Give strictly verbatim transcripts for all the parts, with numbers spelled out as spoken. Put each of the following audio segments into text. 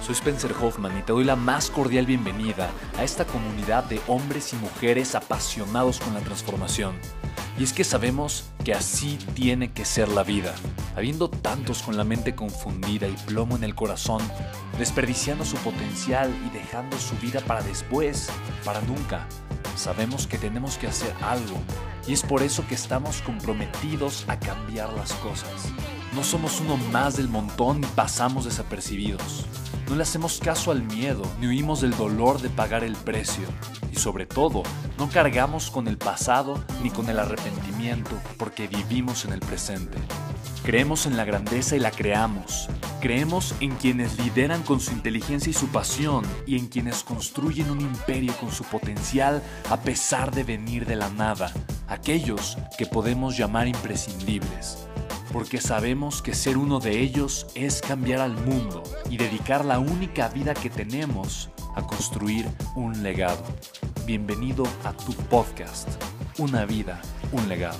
Soy Spencer Hoffman y te doy la más cordial bienvenida a esta comunidad de hombres y mujeres apasionados con la transformación. Y es que sabemos que así tiene que ser la vida, habiendo tantos con la mente confundida y plomo en el corazón, desperdiciando su potencial y dejando su vida para después, para nunca. Sabemos que tenemos que hacer algo y es por eso que estamos comprometidos a cambiar las cosas. No somos uno más del montón y pasamos desapercibidos. No le hacemos caso al miedo ni huimos del dolor de pagar el precio. Y sobre todo, no cargamos con el pasado ni con el arrepentimiento porque vivimos en el presente. Creemos en la grandeza y la creamos. Creemos en quienes lideran con su inteligencia y su pasión y en quienes construyen un imperio con su potencial a pesar de venir de la nada. Aquellos que podemos llamar imprescindibles. Porque sabemos que ser uno de ellos es cambiar al mundo y dedicar la única vida que tenemos a construir un legado. Bienvenido a tu podcast, Una vida, un legado.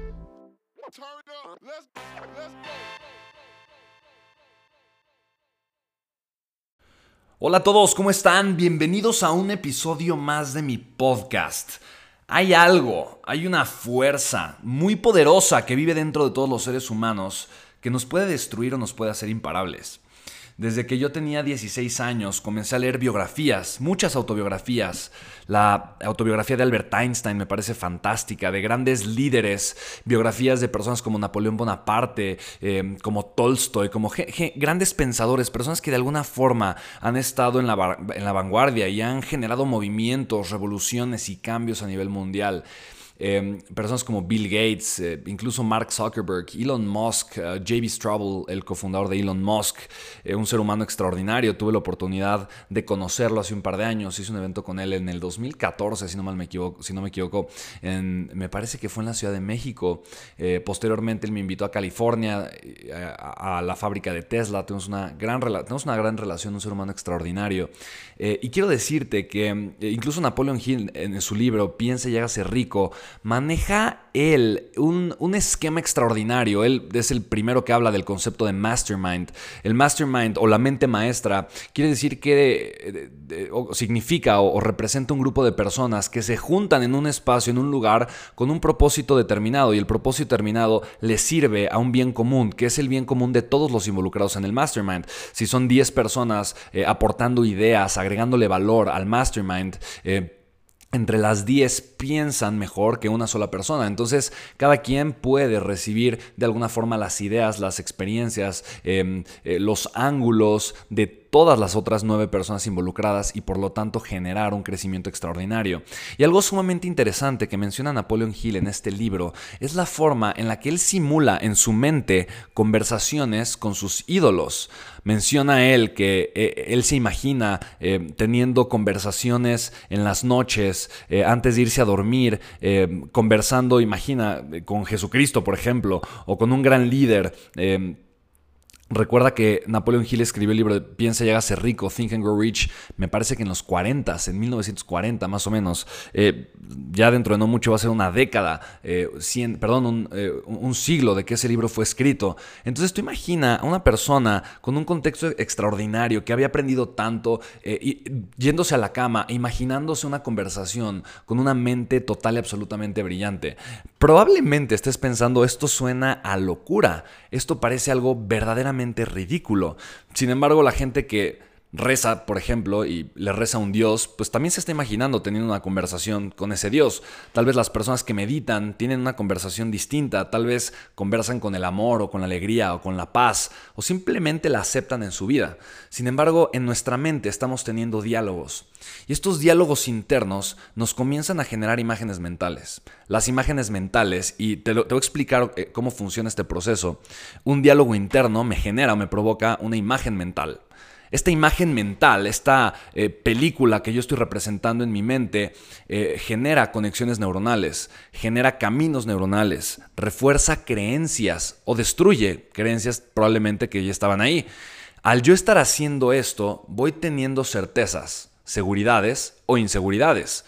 Hola a todos, ¿cómo están? Bienvenidos a un episodio más de mi podcast. Hay algo, hay una fuerza muy poderosa que vive dentro de todos los seres humanos que nos puede destruir o nos puede hacer imparables. Desde que yo tenía dieciséis años comencé a leer biografías, muchas autobiografías. La autobiografía de Albert Einstein me parece fantástica, de grandes líderes, biografías de personas como Napoleón Bonaparte, eh, como Tolstoy, como je- je- grandes pensadores, personas que de alguna forma han estado en la, en la vanguardia y han generado movimientos, revoluciones y cambios a nivel mundial. Eh, personas como Bill Gates, eh, incluso Mark Zuckerberg, Elon Musk, uh, J B Straubel, el cofundador de Elon Musk, eh, un ser humano extraordinario. Tuve la oportunidad de conocerlo hace un par de años. Hice un evento con él en el dos mil catorce, si no mal me equivoco, si no me equivoco, en, me parece que fue en la Ciudad de México. Eh, posteriormente él me invitó a California, eh, a, a la fábrica de Tesla. Tenemos una gran, tenemos una gran relación, un ser humano extraordinario. Eh, y quiero decirte que eh, incluso Napoleon Hill en su libro Piensa y hágase rico maneja él un, un esquema extraordinario. Él es el primero que habla del concepto de mastermind. El mastermind o la mente maestra quiere decir que de, de, o significa o, o representa un grupo de personas que se juntan en un espacio, en un lugar, con un propósito determinado, y el propósito determinado les sirve a un bien común, que es el bien común de todos los involucrados en el mastermind. Si son diez personas eh, aportando ideas, agregándole valor al mastermind, eh, entre las diez piensan mejor que una sola persona. Entonces, cada quien puede recibir de alguna forma las ideas, las experiencias, eh, eh, los ángulos de todas las otras nueve personas involucradas y por lo tanto generar un crecimiento extraordinario. Y algo sumamente interesante que menciona Napoleon Hill en este libro es la forma en la que él simula en su mente conversaciones con sus ídolos. Menciona él que eh, él se imagina eh, teniendo conversaciones en las noches eh, antes de irse a dormir, eh, conversando, imagina, con Jesucristo, por ejemplo, o con un gran líder. Eh, Recuerda que Napoleon Hill escribió el libro de Piensa y hágase rico, Think and Grow Rich, me parece que en los cuarenta, en mil novecientos cuarenta más o menos. Eh, ya dentro de no mucho va a ser una década, eh, cien, perdón, un, eh, un siglo de que ese libro fue escrito. Entonces tú imagina a una persona con un contexto extraordinario que había aprendido tanto, eh, y, yéndose a la cama, imaginándose una conversación con una mente total y absolutamente brillante. Probablemente estés pensando, esto suena a locura, esto parece algo verdaderamente ridículo. Sin embargo, la gente que reza, por ejemplo, y le reza a un Dios, pues también se está imaginando teniendo una conversación con ese Dios. Tal vez las personas que meditan tienen una conversación distinta, tal vez conversan con el amor o con la alegría o con la paz, o simplemente la aceptan en su vida. Sin embargo, en nuestra mente estamos teniendo diálogos, y estos diálogos internos nos comienzan a generar imágenes mentales. Las imágenes mentales, y te, lo, te voy a explicar cómo funciona este proceso. Un diálogo interno me genera o me provoca una imagen mental. Esta imagen mental, esta eh, película que yo estoy representando en mi mente, eh, genera conexiones neuronales, genera caminos neuronales, refuerza creencias o destruye creencias probablemente que ya estaban ahí. Al yo estar haciendo esto, voy teniendo certezas, seguridades o inseguridades.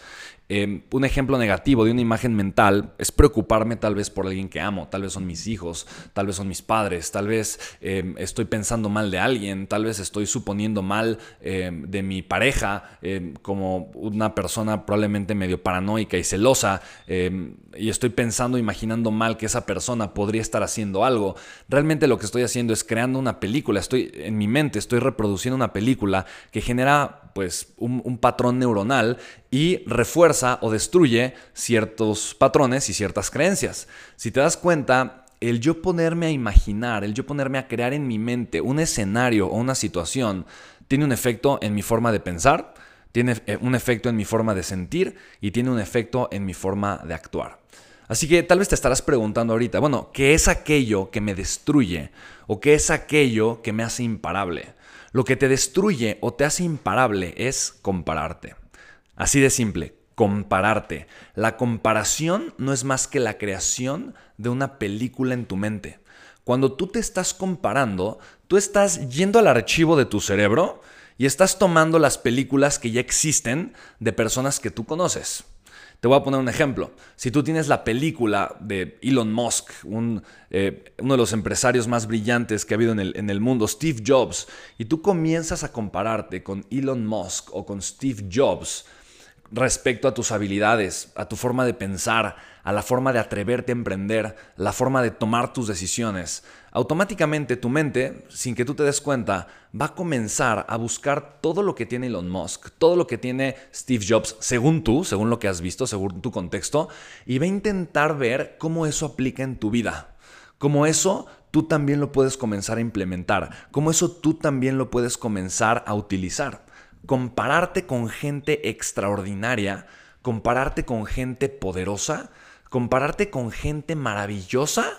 Eh, un ejemplo negativo de una imagen mental es preocuparme tal vez por alguien que amo, tal vez son mis hijos, tal vez son mis padres, tal vez eh, estoy pensando mal de alguien, tal vez estoy suponiendo mal eh, de mi pareja eh, como una persona probablemente medio paranoica y celosa eh, y estoy pensando, imaginando mal que esa persona podría estar haciendo algo. Realmente lo que estoy haciendo es creando una película, estoy en mi mente, estoy reproduciendo una película que genera pues un, un patrón neuronal y refuerza o destruye ciertos patrones y ciertas creencias. Si te das cuenta, el yo ponerme a imaginar, el yo ponerme a crear en mi mente un escenario o una situación, tiene un efecto en mi forma de pensar, tiene un efecto en mi forma de sentir y tiene un efecto en mi forma de actuar. Así que tal vez te estarás preguntando ahorita, bueno, ¿qué es aquello que me destruye? ¿O qué es aquello que me hace imparable? Lo que te destruye o te hace imparable es compararte. Así de simple, compararte. La comparación no es más que la creación de una película en tu mente. Cuando tú te estás comparando, tú estás yendo al archivo de tu cerebro y estás tomando las películas que ya existen de personas que tú conoces. Te voy a poner un ejemplo. Si tú tienes la película de Elon Musk, un, eh, uno de los empresarios más brillantes que ha habido en el, en el mundo, Steve Jobs, y tú comienzas a compararte con Elon Musk o con Steve Jobs respecto a tus habilidades, a tu forma de pensar, a la forma de atreverte a emprender, la forma de tomar tus decisiones, automáticamente tu mente, sin que tú te des cuenta, va a comenzar a buscar todo lo que tiene Elon Musk, todo lo que tiene Steve Jobs, según tú, según lo que has visto, según tu contexto, y va a intentar ver cómo eso aplica en tu vida. Cómo eso tú también lo puedes comenzar a implementar, cómo eso tú también lo puedes comenzar a utilizar. Compararte con gente extraordinaria, compararte con gente poderosa, compararte con gente maravillosa,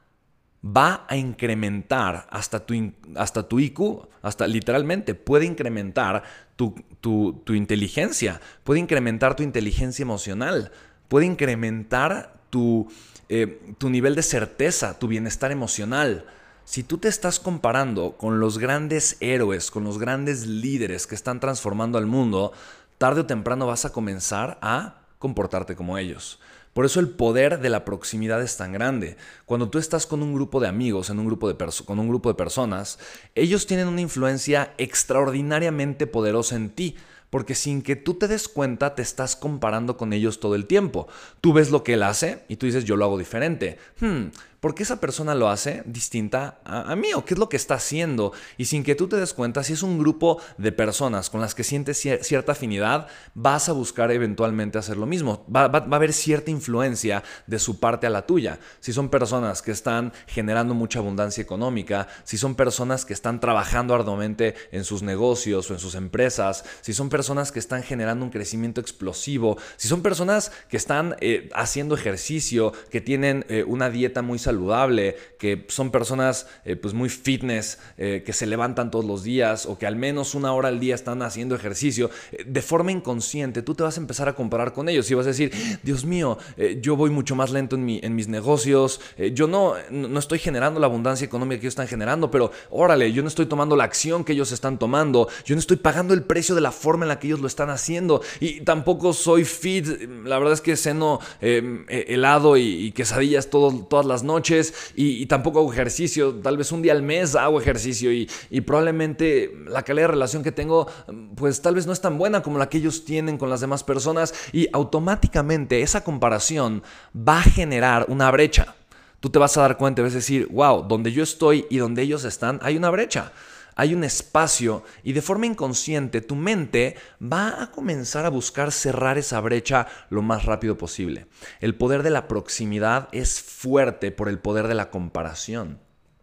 va a incrementar hasta tu, hasta tu I Q, hasta literalmente puede incrementar tu, tu, tu inteligencia, puede incrementar tu inteligencia emocional, puede incrementar tu, eh, tu nivel de certeza, tu bienestar emocional. Si tú te estás comparando con los grandes héroes, con los grandes líderes que están transformando al mundo, tarde o temprano vas a comenzar a comportarte como ellos. Por eso el poder de la proximidad es tan grande. Cuando tú estás con un grupo de amigos, en un grupo de perso- con un grupo de personas, ellos tienen una influencia extraordinariamente poderosa en ti. Porque sin que tú te des cuenta, te estás comparando con ellos todo el tiempo. Tú ves lo que él hace y tú dices, yo lo hago diferente. Hmm, ¿por qué esa persona lo hace distinta a, a mí? ¿O qué es lo que está haciendo? Y sin que tú te des cuenta, si es un grupo de personas con las que sientes cier- cierta afinidad, vas a buscar eventualmente hacer lo mismo. Va, va, va a haber cierta influencia de su parte a la tuya. Si son personas que están generando mucha abundancia económica, si son personas que están trabajando arduamente en sus negocios o en sus empresas, si son personas que están generando un crecimiento explosivo, si son personas que están eh, haciendo ejercicio, que tienen eh, una dieta muy saludable, que son personas eh, pues muy fitness, eh, que se levantan todos los días o que al menos una hora al día están haciendo ejercicio, eh, de forma inconsciente tú te vas a empezar a comparar con ellos y vas a decir, Dios mío, eh, yo voy mucho más lento en, mi, en mis negocios, eh, yo no, no estoy generando la abundancia económica que ellos están generando, pero órale, yo no estoy tomando la acción que ellos están tomando, yo no estoy pagando el precio de la forma en la que ellos lo están haciendo y tampoco soy fit. La verdad es que ceno eh, helado y, y quesadillas todo, todas las noches y, y tampoco hago ejercicio. Tal vez un día al mes hago ejercicio y, y probablemente la calidad de relación que tengo pues tal vez no es tan buena como la que ellos tienen con las demás personas y automáticamente esa comparación va a generar una brecha. Tú te vas a dar cuenta y vas a decir, wow, donde yo estoy y donde ellos están hay una brecha. Hay un espacio y de forma inconsciente tu mente va a comenzar a buscar cerrar esa brecha lo más rápido posible. El poder de la proximidad es fuerte por el poder de la comparación.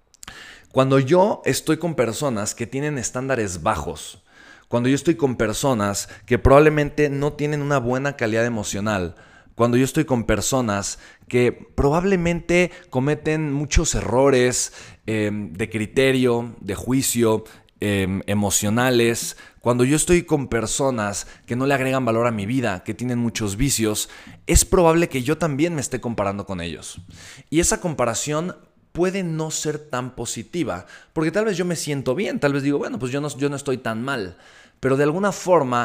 Cuando yo estoy con personas que tienen estándares bajos, cuando yo estoy con personas que probablemente no tienen una buena calidad emocional, cuando yo estoy con personas que probablemente cometen muchos errores eh, de criterio, de juicio, eh, emocionales, cuando yo estoy con personas que no le agregan valor a mi vida, que tienen muchos vicios, es probable que yo también me esté comparando con ellos. Y esa comparación puede no ser tan positiva, porque tal vez yo me siento bien, tal vez digo, bueno, pues yo no, yo no estoy tan mal, pero de alguna forma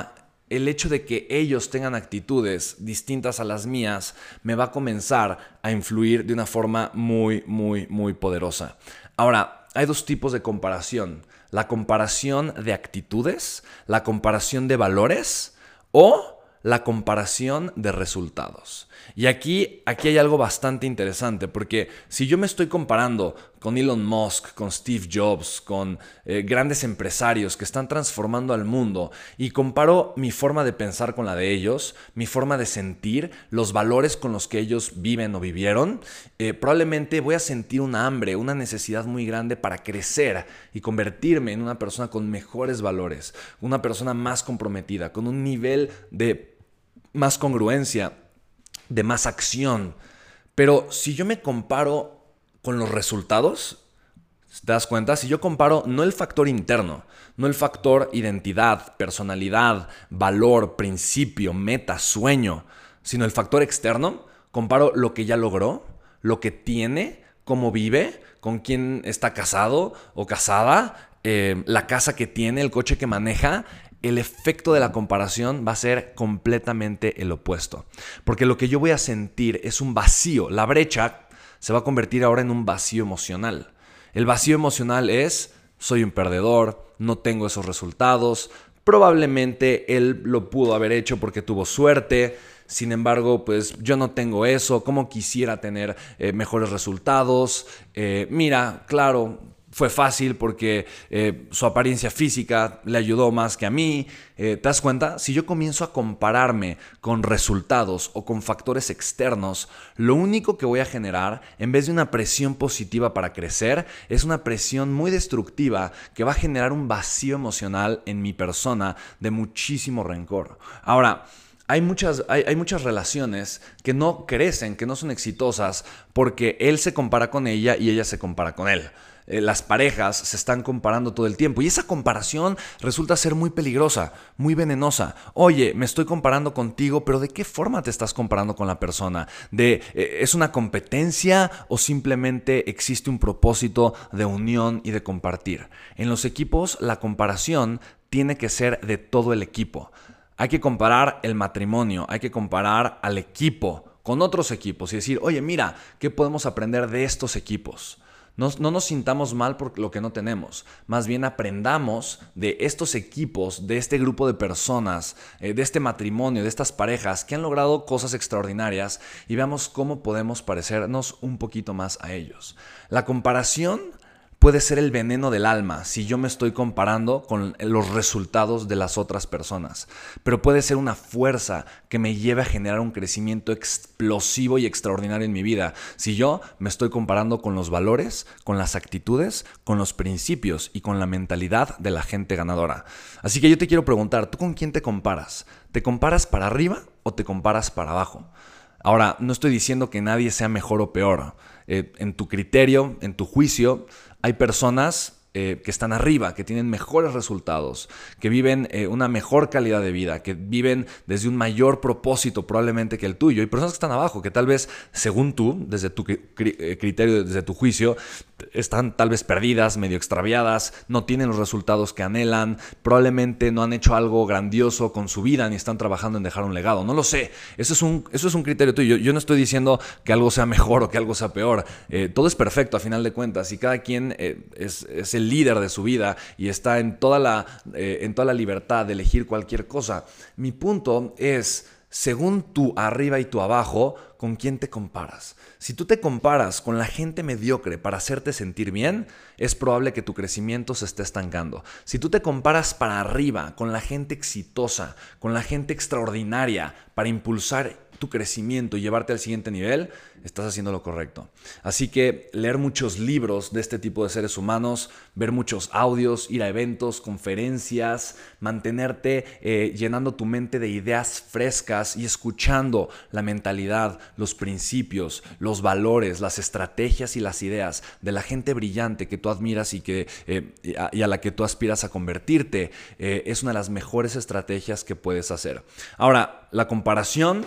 el hecho de que ellos tengan actitudes distintas a las mías me va a comenzar a influir de una forma muy, muy, muy poderosa. Ahora, hay dos tipos de comparación. La comparación de actitudes, la comparación de valores o la comparación de resultados. Y aquí, aquí hay algo bastante interesante, porque si yo me estoy comparando con Elon Musk, con Steve Jobs, con eh, grandes empresarios que están transformando al mundo y comparo mi forma de pensar con la de ellos, mi forma de sentir, los valores con los que ellos viven o vivieron, eh, probablemente voy a sentir una hambre, una necesidad muy grande para crecer y convertirme en una persona con mejores valores, una persona más comprometida, con un nivel de más congruencia, de más acción. Pero si yo me comparo con los resultados, ¿te das cuenta? Si yo comparo no el factor interno, no el factor identidad, personalidad, valor, principio, meta, sueño, sino el factor externo, comparo lo que ya logró, lo que tiene, cómo vive, con quién está casado o casada, eh, la casa que tiene, el coche que maneja. El efecto de la comparación va a ser completamente el opuesto. Porque lo que yo voy a sentir es un vacío. La brecha se va a convertir ahora en un vacío emocional. El vacío emocional es, soy un perdedor, no tengo esos resultados. Probablemente él lo pudo haber hecho porque tuvo suerte. Sin embargo, pues yo no tengo eso. ¿Cómo quisiera tener eh, mejores resultados? Eh, mira, claro, fue fácil porque eh, su apariencia física le ayudó más que a mí. Eh, ¿Te das cuenta? Si yo comienzo a compararme con resultados o con factores externos, lo único que voy a generar, en vez de una presión positiva para crecer, es una presión muy destructiva que va a generar un vacío emocional en mi persona de muchísimo rencor. Ahora, Hay muchas, hay, hay muchas relaciones que no crecen, que no son exitosas porque él se compara con ella y ella se compara con él. Eh, las parejas se están comparando todo el tiempo y esa comparación resulta ser muy peligrosa, muy venenosa. Oye, me estoy comparando contigo, pero ¿de qué forma te estás comparando con la persona? ¿De, eh, ¿Es una competencia o simplemente existe un propósito de unión y de compartir? En los equipos, la comparación tiene que ser de todo el equipo. Hay que comparar el matrimonio, hay que comparar al equipo con otros equipos y decir, oye, mira, ¿qué podemos aprender de estos equipos? No, no nos sintamos mal por lo que no tenemos, más bien aprendamos de estos equipos, de este grupo de personas, eh, de este matrimonio, de estas parejas que han logrado cosas extraordinarias y veamos cómo podemos parecernos un poquito más a ellos. La comparación puede ser el veneno del alma si yo me estoy comparando con los resultados de las otras personas, pero puede ser una fuerza que me lleve a generar un crecimiento explosivo y extraordinario en mi vida si yo me estoy comparando con los valores, con las actitudes, con los principios y con la mentalidad de la gente ganadora. Así que yo te quiero preguntar, ¿tú con quién te comparas? ¿Te comparas para arriba o te comparas para abajo? Ahora, no estoy diciendo que nadie sea mejor o peor. Eh, en tu criterio, en tu juicio, hay personas eh, que están arriba, que tienen mejores resultados, que viven eh, una mejor calidad de vida, que viven desde un mayor propósito probablemente que el tuyo. Hay personas que están abajo, que tal vez, según tú, desde tu cri- criterio, desde tu juicio, están tal vez perdidas, medio extraviadas, no tienen los resultados que anhelan, probablemente no han hecho algo grandioso con su vida ni están trabajando en dejar un legado. No lo sé. Eso es un, eso es un criterio tuyo. Yo, yo no estoy diciendo que algo sea mejor o que algo sea peor. Eh, todo es perfecto a final de cuentas y cada quien eh, es, es el líder de su vida y está en toda la, eh, en toda la libertad de elegir cualquier cosa. Mi punto es, según tu arriba y tu abajo, ¿con quién te comparas? Si tú te comparas con la gente mediocre para hacerte sentir bien, es probable que tu crecimiento se esté estancando. Si tú te comparas para arriba con la gente exitosa, con la gente extraordinaria para impulsar tu crecimiento y llevarte al siguiente nivel, estás haciendo lo correcto. Así que leer muchos libros de este tipo de seres humanos, ver muchos audios, ir a eventos, conferencias, mantenerte eh, llenando tu mente de ideas frescas y escuchando la mentalidad, los principios, los valores, las estrategias y las ideas de la gente brillante que tú admiras y, que, eh, y a la que tú aspiras a convertirte, eh, es una de las mejores estrategias que puedes hacer. Ahora, la comparación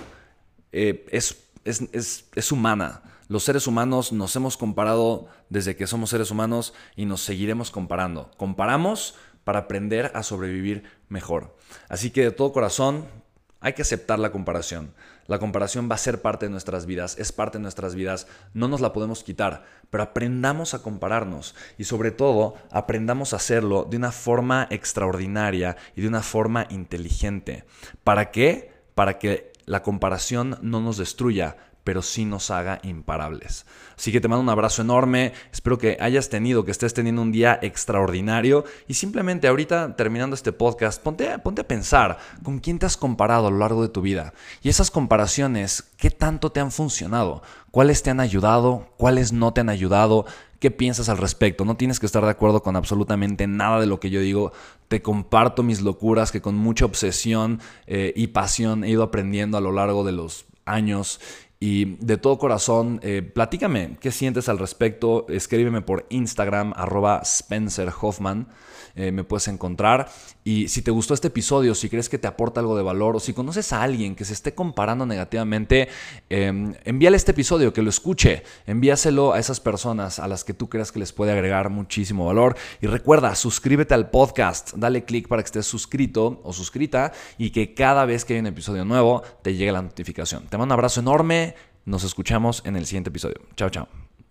Eh, es, es, es, es humana. Los seres humanos nos hemos comparado desde que somos seres humanos y nos seguiremos comparando. Comparamos para aprender a sobrevivir mejor. Así que de todo corazón, hay que aceptar la comparación. La comparación va a ser parte de nuestras vidas, es parte de nuestras vidas, no nos la podemos quitar, pero aprendamos a compararnos y sobre todo aprendamos a hacerlo de una forma extraordinaria y de una forma inteligente. ¿Para qué? Para que la comparación no nos destruya, pero sí nos haga imparables. Así que te mando un abrazo enorme, espero que hayas tenido, que estés teniendo un día extraordinario y simplemente ahorita terminando este podcast, ponte, ponte a pensar con quién te has comparado a lo largo de tu vida y esas comparaciones, ¿qué tanto te han funcionado? ¿Cuáles te han ayudado? ¿Cuáles no te han ayudado? ¿Qué piensas al respecto? No tienes que estar de acuerdo con absolutamente nada de lo que yo digo. Te comparto mis locuras que con mucha obsesión eh, y pasión he ido aprendiendo a lo largo de los años. Y de todo corazón, eh, platícame qué sientes al respecto. Escríbeme por Instagram, arroba Spencer Hoffman. Eh, me puedes encontrar. Y si te gustó este episodio, si crees que te aporta algo de valor o si conoces a alguien que se esté comparando negativamente, eh, envíale este episodio, que lo escuche. Envíaselo a esas personas a las que tú creas que les puede agregar muchísimo valor. Y recuerda, suscríbete al podcast. Dale click para que estés suscrito o suscrita y que cada vez que hay un episodio nuevo te llegue la notificación. Te mando un abrazo enorme. Nos escuchamos en el siguiente episodio. Chao, chao.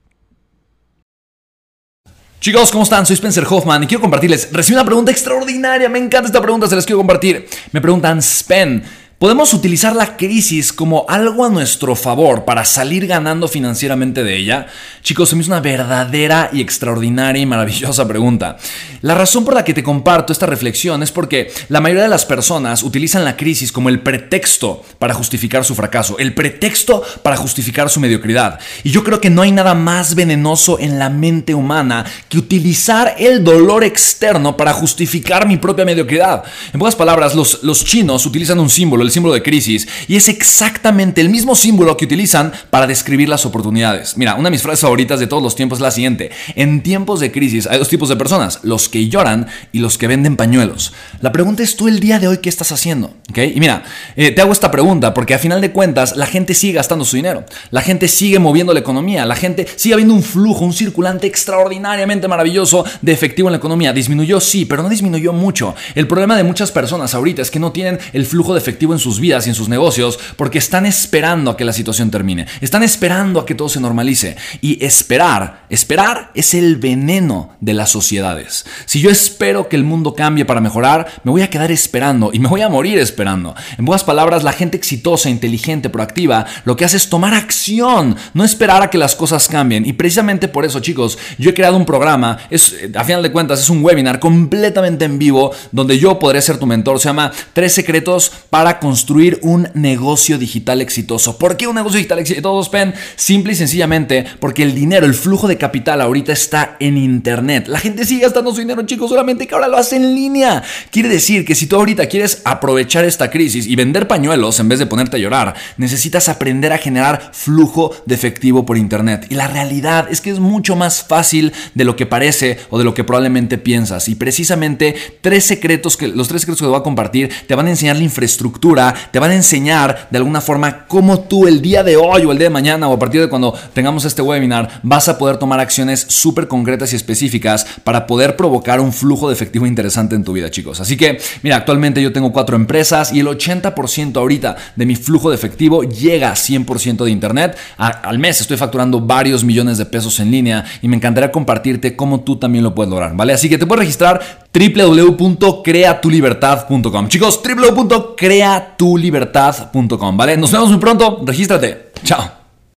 Chicos, ¿cómo están? Soy Spencer Hoffman y quiero compartirles. Recibí una pregunta extraordinaria. Me encanta esta pregunta, se las quiero compartir. Me preguntan, Spen, ¿podemos utilizar la crisis como algo a nuestro favor para salir ganando financieramente de ella? Chicos, se me hizo una verdadera y extraordinaria y maravillosa pregunta. La razón por la que te comparto esta reflexión es porque la mayoría de las personas utilizan la crisis como el pretexto para justificar su fracaso, el pretexto para justificar su mediocridad. Y yo creo que no hay nada más venenoso en la mente humana que utilizar el dolor externo para justificar mi propia mediocridad. En pocas palabras, los, los chinos utilizan un símbolo, el símbolo de crisis, y es exactamente el mismo símbolo que utilizan para describir las oportunidades. Mira, una de mis frases favoritas de todos los tiempos es la siguiente: en tiempos de crisis hay dos tipos de personas, los que lloran y los que venden pañuelos. La pregunta es, tú el día de hoy, ¿qué estás haciendo? ¿Okay? Y mira, eh, te hago esta pregunta porque a final de cuentas la gente sigue gastando su dinero, la gente sigue moviendo la economía, la gente sigue habiendo un flujo, un circulante extraordinariamente maravilloso de efectivo en la economía. Disminuyó, sí, pero no disminuyó mucho. El problema de muchas personas ahorita es que no tienen el flujo de efectivo en sus vidas y en sus negocios porque están esperando a que la situación termine, están esperando a que todo se normalice. Y esperar, esperar es el veneno de las sociedades. Si yo espero que el mundo cambie para mejorar, me voy a quedar esperando y me voy a morir esperando. En pocas palabras, la gente exitosa, inteligente, proactiva, lo que hace es tomar acción, no esperar a que las cosas cambien. Y precisamente por eso, chicos, yo he creado un programa, es, a final de cuentas es un webinar completamente en vivo donde yo podré ser tu mentor. Se llama Tres secretos para construir un negocio digital exitoso. ¿Por qué un negocio digital exitoso, Pen? Simple y sencillamente porque el dinero, el flujo de capital ahorita está en internet. La gente sigue gastando su dinero, chicos, solamente que ahora lo hace en línea. Quiere decir que si tú ahorita quieres aprovechar esta crisis y vender pañuelos en vez de ponerte a llorar, necesitas aprender a generar flujo de efectivo por internet. Y la realidad es que es mucho más fácil de lo que parece o de lo que probablemente piensas. Y precisamente tres secretos que, los tres secretos que te voy a compartir te van a enseñar la infraestructura, te van a enseñar de alguna forma cómo tú el día de hoy o el día de mañana o a partir de cuando tengamos este webinar vas a poder tomar acciones súper concretas y específicas para poder provocar un flujo de efectivo interesante en tu vida, chicos. Así que, mira, actualmente yo tengo cuatro empresas y el ochenta por ciento ahorita de mi flujo de efectivo llega a cien por ciento de internet. A, al mes estoy facturando varios millones de pesos en línea y me encantaría compartirte cómo tú también lo puedes lograr, ¿vale? Así que te puedes registrar doble u doble u doble u punto crea tu libertad punto com. Chicos, doble u doble u doble u punto crea tu libertad punto com, ¿vale? Nos vemos muy pronto. Regístrate. Chao.